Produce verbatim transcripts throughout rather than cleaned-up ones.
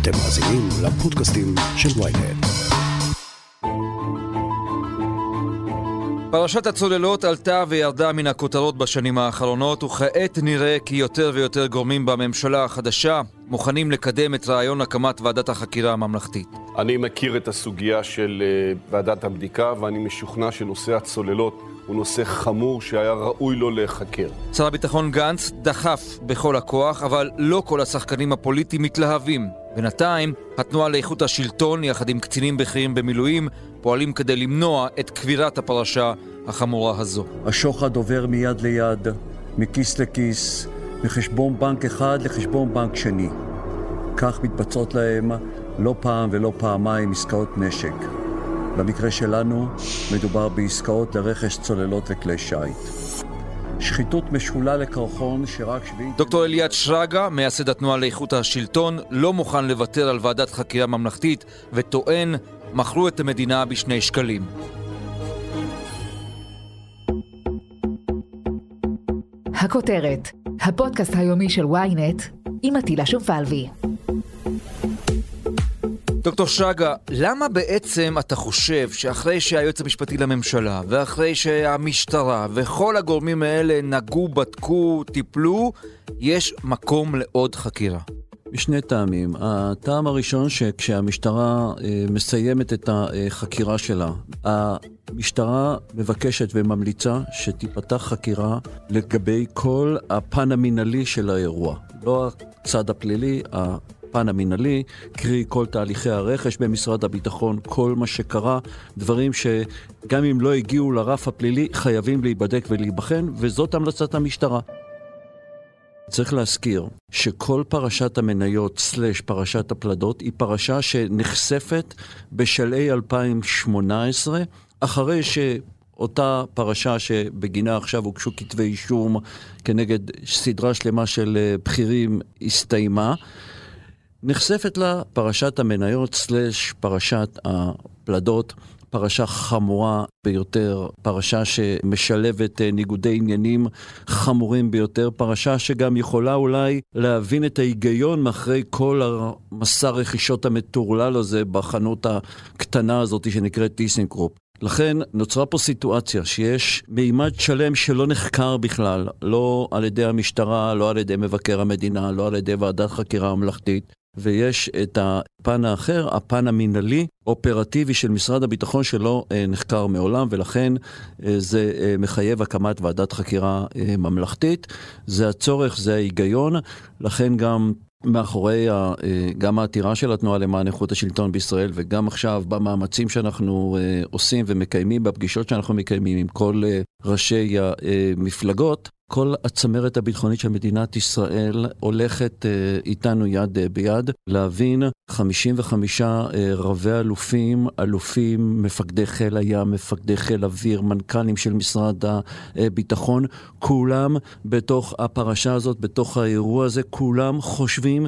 אתם מאזינים לפודקאסטים של וויינט. פרשת הצוללות עלתה וירדה מן הכותרות בשנים האחרונות, וכעת נראה כי יותר ויותר גורמים בממשלה החדשה מוכנים לקדם את רעיון הקמת ועדת החקירה הממלכתית. אני מכיר את הסוגיה של ועדת הבדיקה, ואני משוכנע שנושא הצוללות הוא נושא חמור שהיה ראוי לו להיחקר. שר הביטחון גנץ דחף בכל הכוח, אבל לא כל השחקנים הפוליטיים מתלהבים. בינתיים, התנועה לאיכות השלטון, יחד עם קצינים בכירים במילואים, פועלים כדי למנוע את קבירת הפרשה החמורה הזו. השוחד עובר מיד ליד, מכיס לכיס, מחשבון בנק אחד לחשבון בנק שני. כך מתבצעות להם לא פעם ולא פעמיים עסקאות נשק. במקרה שלנו מדובר בעסקאות לרכש צוללות וכלי שייט. שחיתות משולה לקרחון שרק שביעית... דוקטור אליעד שרגא, מייסד התנועה לאיכות השלטון, לא מוכן לוותר על ועדת חקירה ממלכתית וטוען, מכרו את המדינה בשני שקלים. הכותרת, הפודקאסט היומי של וויינט עם עטילה שומפלבי. דוקטור שרגא, למה בעצם אתה חושב שאחרי שהיועץ המשפטי לממשלה ואחרי שהמשטרה וכל הגורמים האלה נגעו, בדקו, טיפלו, יש מקום לעוד חקירה? בשני טעמים. הטעם הראשון שכשהמשטרה אה, מסיימת את החקירה שלה, המשטרה מבקשת וממליצה שתיפתח חקירה לגבי כל הפן המינהלי של האירוע. לא הצד הפלילי, הפן המינהלי, קרי כל תהליכי הרכש במשרד הביטחון, כל מה שקרה, דברים שגם אם לא הגיעו לרף הפלילי חייבים להיבדק ולהיבחן, וזאת המלצת המשטרה. צריך להזכיר שכל פרשת המניות סלש פרשת הפלדות היא פרשה שנחשפת בשלהי אלפיים שמונה עשרה, אחרי שאותה פרשה שבגינה עכשיו הוגשו כתבי אישום כנגד סדרה שלמה של בכירים הסתיימה, נחשפת לה פרשת המניות סלש פרשת הפלדות, פרשה חמורה ביותר, פרשה שמשלבת ניגודי עניינים חמורים ביותר, פרשה שגם יכולה אולי להבין את ההיגיון מאחרי כל המסע רכישות המטורלל הזה בחנות הקטנה הזאת שנקראת טיסנקרופ. לכן נוצרה פה סיטואציה שיש מימד שלם שלא נחקר בכלל, לא על ידי המשטרה, לא על ידי מבקר המדינה, לא על ידי ועדת חקירה ממלכתית, ויש את הפן האחר, הפן המינהלי, אופרטיבי של משרד הביטחון שלא אה, נחקר מעולם, ולכן אה, זה אה, מחייב הקמת ועדת חקירה אה, ממלכתית. זה הצורך, זה ההיגיון, לכן גם מאחורי ה, אה, גם העתירה של התנועה למען איכות השלטון בישראל, וגם עכשיו במאמצים שאנחנו אה, עושים ומקיימים, בפגישות שאנחנו מקיימים עם כל אה, ראשי המפלגות, כל הצמרת הביטחונית של מדינת ישראל הולכת אה, איתנו יד אה, ביד, להבין חמישים וחמישה אה, רבי אלופים, אלופים, מפקדי חיל הים, מפקדי חיל אוויר, מנכ"לים של משרד הביטחון, כולם בתוך הפרשה הזאת, בתוך האירוע הזה, כולם חושבים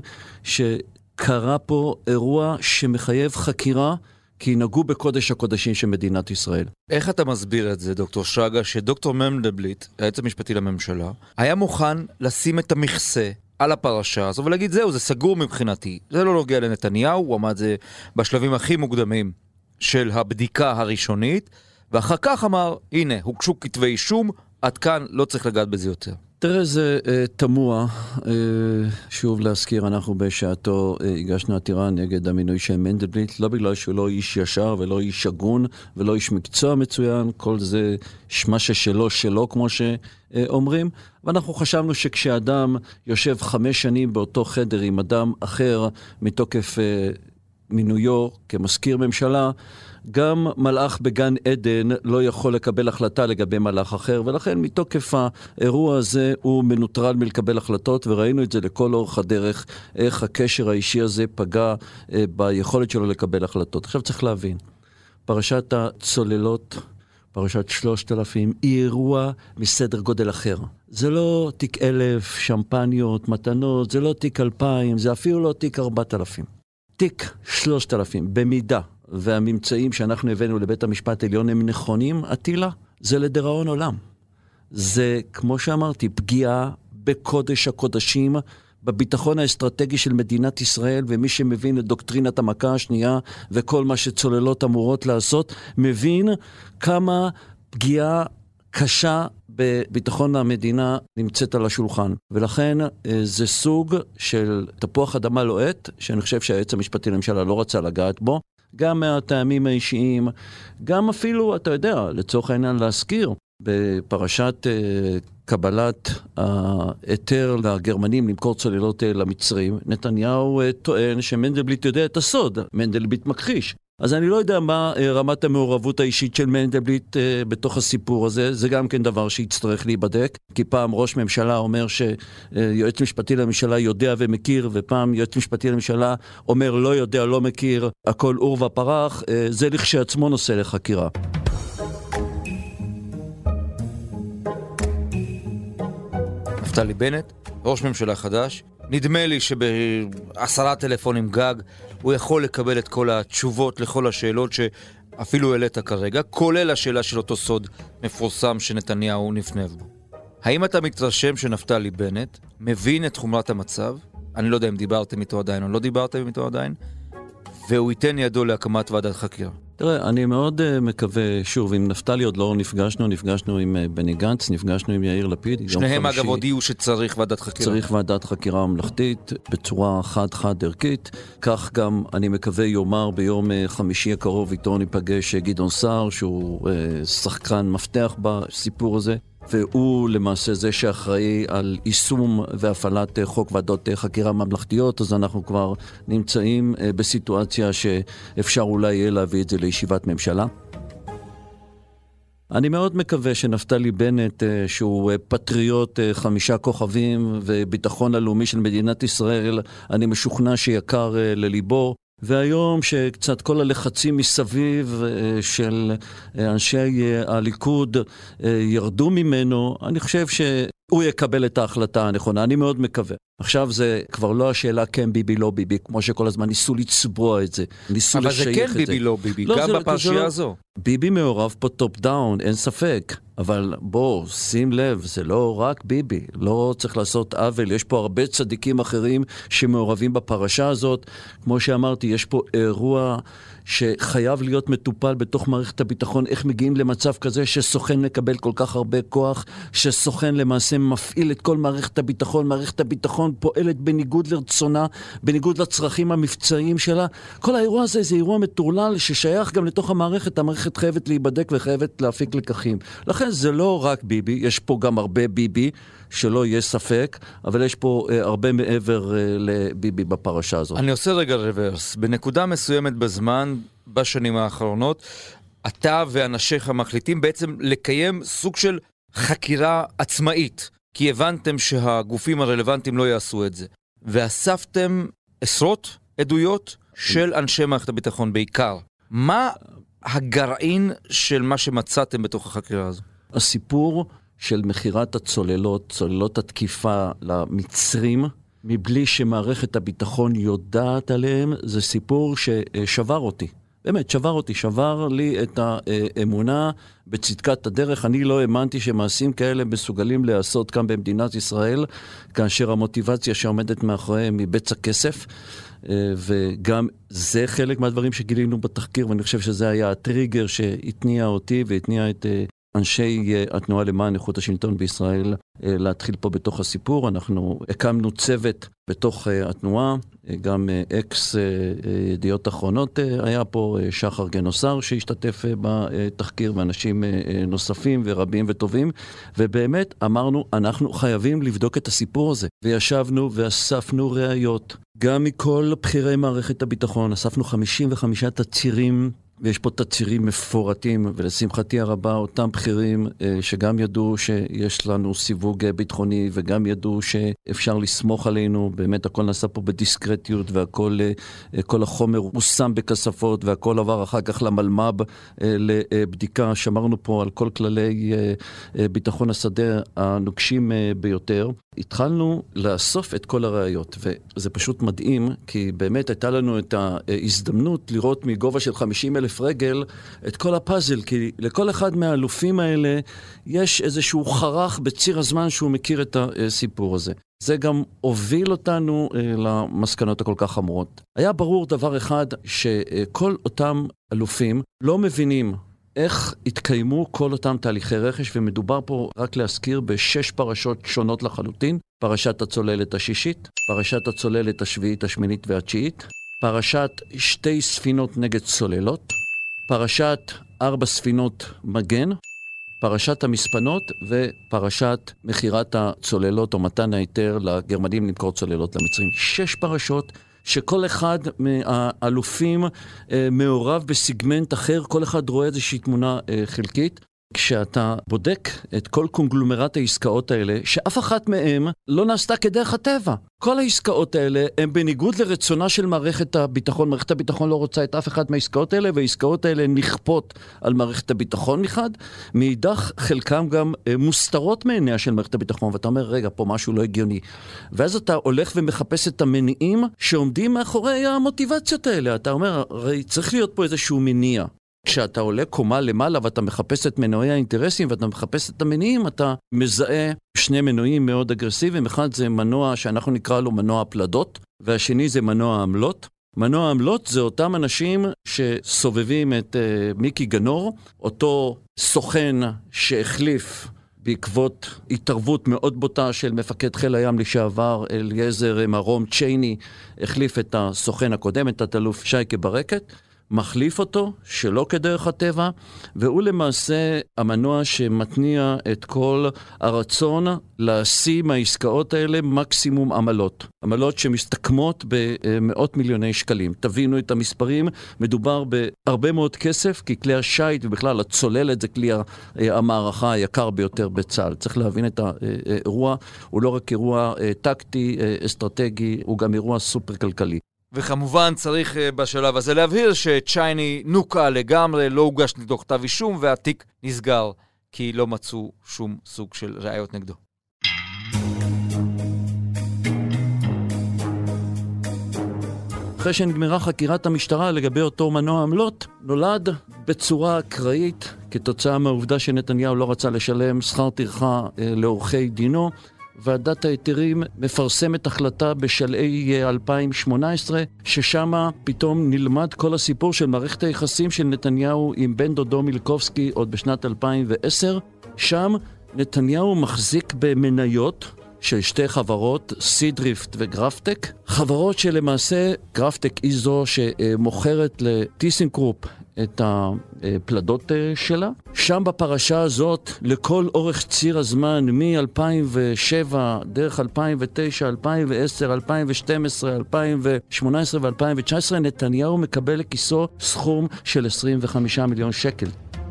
שקרה פה אירוע שמחייב חקירה, כי נגעו בקודש הקודשים של מדינת ישראל. איך אתה מסביר את זה, דוקטור שרגא, שדוקטור מנדלבליט, היועץ המשפטי לממשלה, היה מוכן לשים את המכסה על הפרשה הזו ולהגיד, זהו, זה סגור מבחינתי. זה לא נוגע לנתניהו, הוא עמד זה בשלבים הכי מוקדמים של הבדיקה הראשונית, ואחר כך אמר, הנה, הוגשו כתבי אישום, עד כאן לא צריך לגעת בזה יותר. תראה, זה אה, תמוה, אה, שוב להזכיר, אנחנו בשעתו אה, הגשנו עתירה נגד המינוי של מנדלבליט, לא בגלל שהוא לא איש ישר ולא איש הגון ולא איש מקצוע מצוין, כל זה שמה ששלו שלו כמו שאומרים, ואנחנו חשבנו שכשאדם יושב חמש שנים באותו חדר עם אדם אחר מתוקף אה, מינויו כמזכיר ממשלה, גם מלאך בגן עדן לא יכול לקבל החלטה לגבי מלאך אחר, ולכן מתוקף האירוע הזה הוא מנוטרל מלקבל החלטות, וראינו את זה לכל אורך הדרך, איך הקשר האישי הזה פגע אה, ביכולת שלו לקבל החלטות. עכשיו צריך להבין, פרשת הצוללות, פרשת שלושת אלפים, היא אירוע מסדר גודל אחר. זה לא תיק אלף, שמפניות, מתנות, זה לא תיק אלפיים, זה אפילו לא תיק ארבעת אלפים. תיק שלושת אלפים, במידה. והממצאים שאנחנו הבאנו לבית המשפט העליון הם נכונים, עטילה, זה לדיראון עולם. זה, כמו שאמרתי, פגיעה בקודש הקודשים, בביטחון האסטרטגי של מדינת ישראל, ומי שמבין את דוקטרינת המכה השנייה וכל מה שצוללות אמורות לעשות, מבין כמה פגיעה קשה בביטחון המדינה נמצאת על השולחן. ולכן זה סוג של תפוח אדמה לוהט, שאני חושב שהיועץ המשפטי לממשלה לא רצה לגעת בו, גם מהטעמים האישיים, גם אפילו, אתה יודע, לצורך העניין להזכיר, בפרשת קבלת היתר לגרמנים למכור צוללות למצרים, נתניהו טוען שמנדלבליט יודע את הסוד, מנדלבליט מכחיש. אז אני לא יודע מה רמת המעורבות האישית של מנדלבליט בתוך הסיפור הזה, זה גם כן דבר שיצטרך להיבדק, כי פעם ראש ממשלה אומר שיועץ משפטי לממשלה יודע ומכיר, ופעם יועץ משפטי לממשלה אומר לא יודע, לא מכיר, הכל אור ופרח, זה לכשעצמו נושא לחקירה. נפתלי בנט, ראש ממשלה חדש, נדמה לי שבעשרה טלפונים גג הוא יכול לקבל את כל התשובות לכל השאלות שאפילו העלית כרגע, כולל השאלה של אותו סוד מפורסם שנתניהו נפנף בו. האם אתה מתרשם שנפתלי בנט מבין את חומרת המצב? אני לא יודע אם דיברתם איתו עדיין או לא דיברתם איתו עדיין, והוא ייתן ידו להקמת ועדת חקירה. תראה, אני מאוד uh, מקווה, שוב, עם נפתלי עוד לא נפגשנו, נפגשנו עם uh, בני גנץ, נפגשנו עם יאיר לפיד. שניהם אגב הודיעו שצריך ועדת חקירה. צריך ועדת חקירה ממלכתית, בצורה חד-חד ערכית. כך גם, אני מקווה, יומר ביום uh, חמישי הקרוב איתו ניפגש גדעון סער, שהוא uh, שחקן מפתח בסיפור הזה. והוא למעשה זה שאחראי על יישום והפעלת חוק ועדות חקירה ממלכתיות, אז אנחנו כבר נמצאים בסיטואציה שאפשר אולי יהיה להביא את זה לישיבת ממשלה. אני מאוד מקווה שנפתלי בנט, שהוא פטריוט חמישה כוכבים וביטחון הלאומי של מדינת ישראל, אני משוכנע שיקר לליבו, והיום שקצת כל הלחצים מסביב של אנשי הליכוד ירדו ממנו, אני חושב שהוא יקבל את ההחלטה הנכונה, אני מאוד מקווה. עכשיו זה כבר לא השאלה כן ביבי לא ביבי, כמו שכל הזמן ניסו לצבוע את זה, ניסו לשייך את זה. אבל זה כן ביבי לא ביבי, לא, גם בפרשייה לא... הזו. ביבי מעורב פה טופ דאון, אין ספק, אבל בוא, שים לב, זה לא רק ביבי, לא צריך לעשות עוול, יש פה הרבה צדיקים אחרים שמעורבים בפרשה הזאת, כמו שאמרתי, יש פה אירוע שחייב להיות מטופל בתוך מערכת הביטחון, איך מגיעים למצב כזה שסוכן מקבל כל כך הרבה כוח, שסוכן למעשה מפעיל את כל מערכת הביטחון, מערכת הביטחון פועלת בניגוד לרצונה, בניגוד לצרכים המבצעיים שלה. כל האירוע הזה זה אירוע מטורלל ששייך גם לתוך המערכת, המערכת חייבת להיבדק וחייבת להפיק לקחים. לכן זה לא רק ביבי, יש פה גם הרבה ביבי, שלא יהיה ספק, אבל יש פה אה, הרבה מעבר אה, לביבי בפרשה הזאת. אני עושה רגע רוורס. בנקודה מסוימת בזמן, בשנים האחרונות, אתה ואנשיך מחליטים בעצם לקיים סוג של חקירה עצמאית, כי הבנתם שהגופים הרלוונטיים לא יעשו את זה. ואספתם עשרות עדויות של אנשי מערכת הביטחון בעיקר. מה הגרעין של מה שמצאתם בתוך החקירה הזו? הסיפור של מחירת הצוללות, צוללות התקיפה למצרים, מבלי שמערכת הביטחון יודעת עליהם, זה סיפור ששבר אותי. באמת, שבר אותי, שבר לי את האמונה בצדקת הדרך. אני לא האמנתי שמעשים כאלה מסוגלים לעשות כאן במדינת ישראל, כאשר המוטיבציה שעומדת מאחוריהם היא בצע כסף, וגם זה חלק מהדברים שגילינו בתחקיר, ואני חושב שזה היה הטריגר שהתניע אותי והתניע את אנשי התנועה למען איכות השלטון בישראל להתחיל פה בתוך הסיפור. אנחנו הקמנו צוות בתוך התנועה, גם אקס ידיעות אחרונות היה פה, שחר גנוסר שהשתתף בתחקיר, ואנשים נוספים ורבים וטובים, ובאמת אמרנו, אנחנו חייבים לבדוק את הסיפור הזה, וישבנו ואספנו ראיות, גם מכל בחירי מערכת הביטחון, אספנו חמישים וחמישה תצהירים, ויש פה תצהירים מפורטים, ולשמחתי הרבה אותם בחירים שגם ידעו שיש לנו סיווג ביטחוני, וגם ידעו שאפשר לסמוך עלינו, באמת הכל נעשה פה בדיסקרטיות, והכל, כל החומר הושם בכספות, והכל עבר אחר כך למלמ"ב לבדיקה. שמרנו פה על כל כללי ביטחון השדה הנוקשים ביותר. התחלנו לאסוף את כל הראיות, וזה פשוט מדהים, כי באמת הייתה לנו את ההזדמנות לראות מגובה של חמישים אלף בכף רגל את כל הפאזל, כי לכל אחד מהאלופים האלה יש איזשהו חרך בציר הזמן שהוא מכיר את הסיפור הזה. זה גם הוביל אותנו למסקנות הכל כך חמורות. היה ברור דבר אחד, שכל אותם אלופים לא מבינים איך התקיימו כל אותם תהליכי רכש, ומדובר פה רק להזכיר בשש פרשות שונות לחלוטין. פרשת הצוללת השישית, פרשת הצוללת השביעית, השמינית והתשיעית, פרשת שתי ספינות נגד צוללות, פרשת ארבע ספינות מגן, פרשת המספנות ופרשת מחירת הצוללות או מתן ההיתר לגרמנים למכור צוללות למצרים. שש פרשות שכל אחד מהאלופים אה, מעורב בסגמנט אחר, כל אחד רואה איזושהי תמונה אה, חלקית. כשאתה בודק את כל קונגלומרט העסקאות האלה, שאף אחת מהם לא נעשתה כדרך הטבע. כל העסקאות האלה הם בניגוד לרצונה של מערכת הביטחון. מערכת הביטחון לא רוצה את אף אחד מהעסקאות האלה, והעסקאות האלה נכפות על מערכת הביטחון מחד. מאידך חלקם גם מוסתרות מעיניה של מערכת הביטחון, ואתה אומר, רגע, פה משהו לא הגיוני. ואז אתה הולך ומחפש את המניעים שעומדים מאחורי המוטיבציות האלה. אתה אומר, הרי צריך להיות פה איזשהו מניע. כשאתה עולה קומה למעלה ואתה מחפש את מנועי האינטרסים ואתה מחפש את המניעים, אתה מזהה שני מנועים מאוד אגרסיביים. אחד זה מנוע שאנחנו נקרא לו מנוע הפלדות, והשני זה מנוע העמלות. מנוע העמלות זה אותם אנשים שסובבים את uh, מיקי גנור, אותו סוכן שהחליף בעקבות התערבות מאוד בוטה של מפקד חיל הים לשעבר אליעזר מרום צ'ייני, החליף את הסוכן הקודם, את התת-אלוף שייקה ברקת, מחליף אותו, שלא כדרך הטבע, והוא למעשה המנוע שמתניע את כל הרצון להשיא מהעסקאות האלה מקסימום עמלות. עמלות שמסתכמות במאות מיליוני שקלים. תבינו את המספרים, מדובר בהרבה מאוד כסף, כי כלי השייט ובכלל הצוללת זה כלי המערכה היקר ביותר בצה"ל. צריך להבין את האירוע, הוא לא רק אירוע טקטי, אסטרטגי, הוא גם אירוע סופר כלכלי. וכמובן צריך בשלב הזה להבהיר שצ'ייני נוקה לגמרי, לא הוגש נגדו כתב אישום, והתיק נסגר כי לא מצאו שום סוג של ראיות נגדו. אחרי שנגמרה חקירת המשטרה לגבי אותו מנוע עמלות, נולד בצורה אקראית, כתוצאה מהעובדה שנתניהו לא רצה לשלם שכר טרחה לעורכי דינו, ועדת ההיתרים מפרסמת החלטה בשלהי אלפיים שמונה עשרה, ששם פתאום נלמד כל הסיפור של מערכת היחסים של נתניהו עם בן דודו מילקובסקי עוד בשנת אלפיים ועשר. שם נתניהו מחזיק במניות של שתי חברות, סידריפט וגרפטק, חברות שלמעשה גרפטק היא זו שמוכרת לטיסנקרופ את הפלדות שלה. שם בפרשה הזאת, לכל אורך ציר הזמן, מ-אלפיים ושבע, דרך אלפיים ותשע, אלפיים ועשר, אלפיים ושתים עשרה, אלפיים ושמונה עשרה ו-אלפיים ותשע עשרה, נתניהו מקבל לכיסו סכום של עשרים וחמישה מיליון שקל.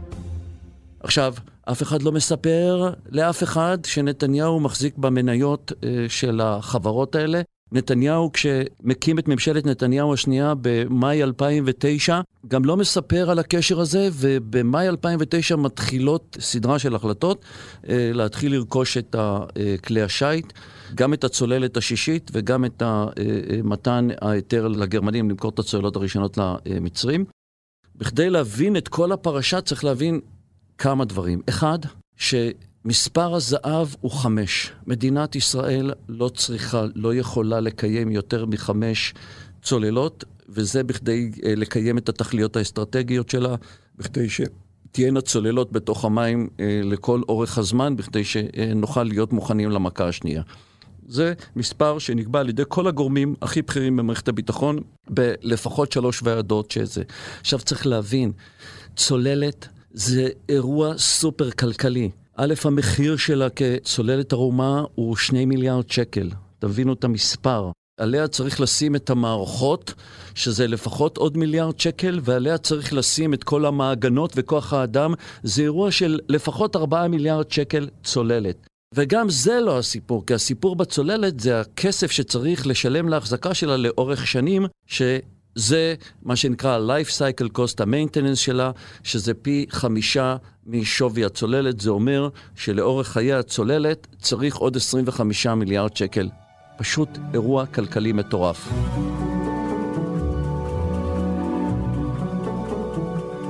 עכשיו, אף אחד לא מספר לאף אחד שנתניהו מחזיק במניות של החברות האלה. נתניהו, כשמקים את ממשלת נתניהו השנייה במאי אלפיים ותשע, גם לא מספר על הקשר הזה, ובמאי אלפיים ותשע מתחילות סדרה של החלטות להתחיל לרכוש את כלי השייט, גם את הצוללת השישית וגם את מתן ההיתר לגרמנים למכור את הצוללות הראשונות למצרים. בכדי להבין את כל הפרשה צריך להבין כמה דברים. אחד, שמספר הזהב הוא חמש. מדינת ישראל לא צריכה, לא יכולה לקיים יותר מחמש צוללות, וזה בכדי לקיים את התכליות האסטרטגיות שלה, בכדי שתהיינה צוללות בתוך המים לכל אורך הזמן, בכדי שנוכל להיות מוכנים למכה השנייה. זה מספר שנקבע על ידי כל הגורמים הכי בכירים במערכת הביטחון, בלפחות שלוש ועדות שזה. עכשיו צריך להבין, צוללת זה אירוע סופר כלכלי. א', המחיר שלה כצוללת ערומה הוא שני מיליארד שקל. תבינו את המספר. עליה צריך לשים את המערכות, שזה לפחות עוד מיליארד שקל, ועליה צריך לשים את כל המעגנות וכוח האדם. זה אירוע של לפחות ארבעה מיליארד שקל צוללת. וגם זה לא הסיפור, כי הסיפור בצוללת זה הכסף שצריך לשלם להחזקה שלה לאורך שנים, ש... זה מה שנקרא life cycle cost, ה-maintenance שלה, שזה פי חמישה משווי הצוללת. זה אומר שלאורך חיי הצוללת צריך עוד עשרים וחמישה מיליארד שקל. פשוט אירוע כלכלי מטורף.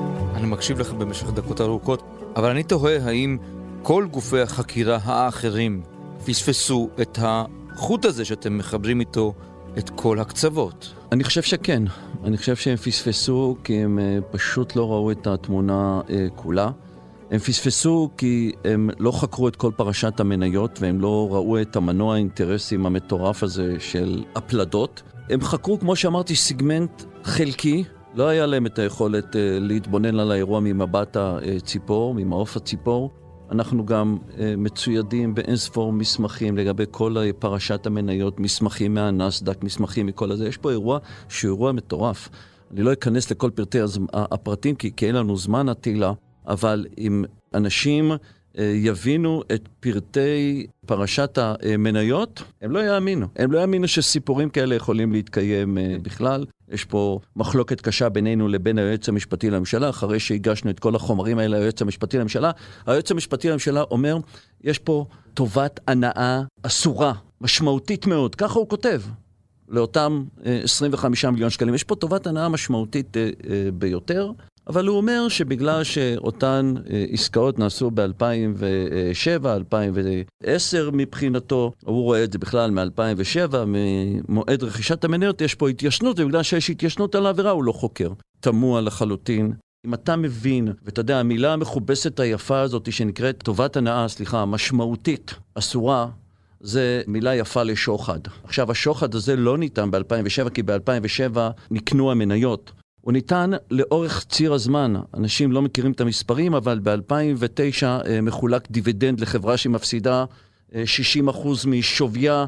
אני מקשיב לך במשך דקות ארוכות, אבל אני תוהה האם כל גופי החקירה האחרים פספסו את החוט הזה שאתם מחברים איתו את כל הקצוות. אני חושב שכן. אני חושב שהם פספסו כי הם פשוט לא ראו את התמונה כולה. הם פספסו כי הם לא חקרו את כל פרשת המניות, והם לא ראו את המנוע האינטרסים המטורף הזה של הפלדות. הם חקרו, כמו שאמרתי, סיגמנט חלקי. לא היה להם את היכולת להתבונן על האירוע ממבט הציפור, ממעוף הציפור. אנחנו גם מצוידים באינספור מסמכים לגבי כל פרשת המניות, מסמכים מהנסדק, מסמכים מכל הזה. יש פה אירוע שהוא אירוע מטורף. אני לא אכנס לכל פרטי הפרטים כי אין לנו זמן עתילה, אבל אם אנשים יבינו את פרטי פרשת המניות, הם לא יאמינו. הם לא יאמינו שסיפורים כאלה יכולים להתקיים בכלל. יש פה מחלוקת קשה בינינו לבין היועץ המשפטי לממשלה, אחרי שהגשנו את כל החומרים האלה ליועץ המשפטי לממשלה. היועץ המשפטי לממשלה אומר, יש פה טובת הנאה אסורה, משמעותית מאוד. ככה הוא כותב, לאותם עשרים וחמישה מיליון שקלים. יש פה טובת הנאה משמעותית ביותר. אבל הוא אומר שבגלל שאותן עסקאות נעשו ב-אלפיים ושבע, אלפיים ועשר מבחינתו, הוא רואה את זה בכלל מ-אלפיים ושבע, ממועד רכישת המניות, יש פה התיישנות, ובגלל שיש התיישנות על העבירה הוא לא חוקר. תמוה לחלוטין. אם אתה מבין, ואתה יודע, המילה המכובסת היפה הזאת שנקראת טובת הנאה, סליחה, משמעותית, אסורה, זה מילה יפה לשוחד. עכשיו, השוחד הזה לא ניתן ב-אלפיים ושבע, כי ב-אלפיים ושבע נקנו המניות. הוא ניתן לאורך ציר הזמן. אנשים לא מכירים את המספרים, אבל ב-אלפיים ותשע מחולק דיבידנד לחברה שמפסידה שישים אחוז משוויה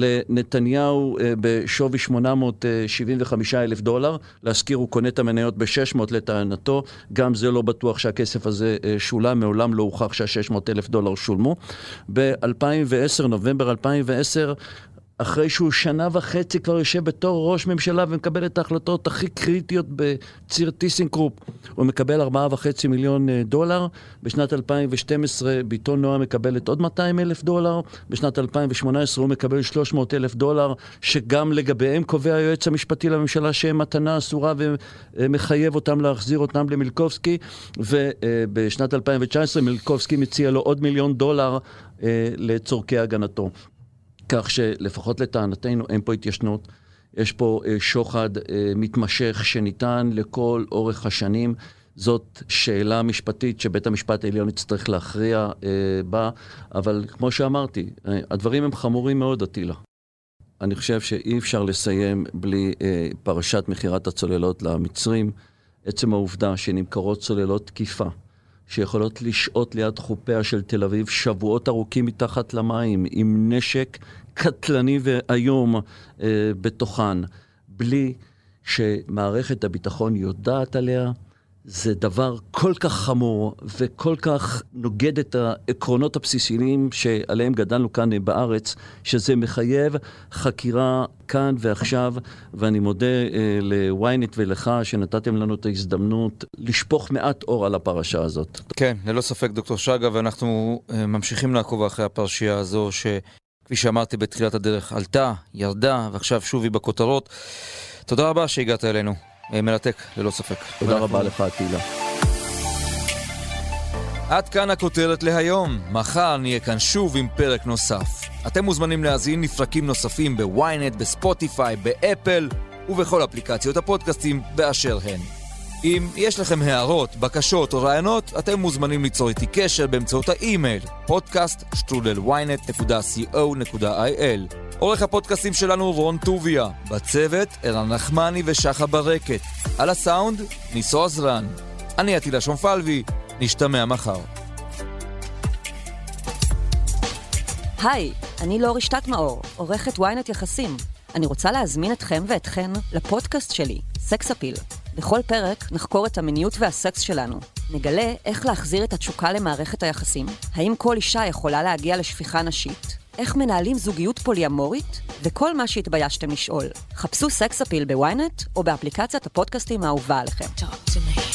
לנתניהו בשווי שמונה מאות שבעים וחמישה אלף דולר. להזכיר, הוא קונה את המניות ב-שש מאות לטענתו. גם זה לא בטוח שהכסף הזה שולם, מעולם לא הוכח שה-שש מאות אלף דולר שולמו. ב-אלפיים ועשר, נובמבר אלפיים ועשר, אחרי שהוא שנה וחצי כבר יושב בתור ראש ממשלה ומקבל את ההחלטות הכי קריטיות בציר טיסנקרופ, הוא מקבל ארבעה וחצי מיליון דולר. בשנת אלפיים ושתים עשרה ביטון נועה מקבלת עוד מאתיים אלף דולר. בשנת אלפיים ושמונה עשרה הוא מקבל שלוש מאות אלף דולר, שגם לגביהם קובע היועץ המשפטי לממשלה שהם מתנה אסורה ומחייב אותם להחזיר אותם למילקובסקי. ובשנת אלפיים ותשע עשרה מילקובסקי מציע לו עוד מיליון דולר לצורכי הגנתו. כך שלפחות לטענתנו אין פה התיישנות, יש פה שוחד מתמשך שניתן לכל אורך השנים. זאת שאלה משפטית שבית המשפט העליון יצטרך להכריע בה, אבל כמו שאמרתי, הדברים הם חמורים מאוד, עטילה. אני חושב שאי אפשר לסיים בלי פרשת מחירת הצוללות למצרים. עצם העובדה שנמכרות צוללות תקיפה, שיכולות לשעות ליד חופיה של תל אביב שבועות ארוכים מתחת למים, עם נשק קטלני והיום אה, בתוכן, בלי שמערכת הביטחון יודעת עליה, זה דבר כל כך חמור וכל כך נוגד את העקרונות הבסיסיים שעליהם גדלנו כאן בארץ, שזה מחייב חקירה כאן ועכשיו, ואני מודה אה, לוויינט ולך שנתתם לנו את ההזדמנות לשפוך מעט אור על הפרשה הזאת. כן, ללא ספק דוקטור שגה, ואנחנו אה, ממשיכים לעקוב אחרי הפרשייה הזו שכפי שאמרתי בתחילת הדרך עלתה, ירדה ועכשיו שוב היא בכותרות. תודה רבה שהגעת אלינו. מלתק, ללא ספק. תודה רבה לך, עטילה. עד כאן הכותרת להיום. מחר נהיה כאן שוב עם פרק נוסף. אתם מוזמנים להזין לפרקים נוספים בוויינט, בספוטיפיי, באפל ובכל אפליקציות הפודקאסטים באשר הן. אם יש לכם הערות, בקשות או רעיונות, אתם מוזמנים ליצור איתי קשר באמצעות האימייל פודקאסט שטרודל וויינט נקודה קו נקודה איי אל. עורך הפודקאסטים שלנו רון טוביה, בצוות ערן נחמני ושחה ברקת, על הסאונד ניסו עזרן. אני עטילה שומפלבי, נשתמע מחר. היי, אני לא רשתת מאור, עורכת וויינט יחסים. אני רוצה להזמין אתכם ואתכן לפודקאסט שלי, סקס אפיל. בכל פרק נחקור את המיניות והסקס שלנו. נגלה איך להחזיר את התשוקה למערכת היחסים, האם כל אישה יכולה להגיע לשפיכה נשית, איך מנהלים זוגיות פוליאמורית, וכל מה שהתביישתם לשאול. חפשו סקס אפיל בוויינט או באפליקציית הפודקאסטים האהובה עליכם.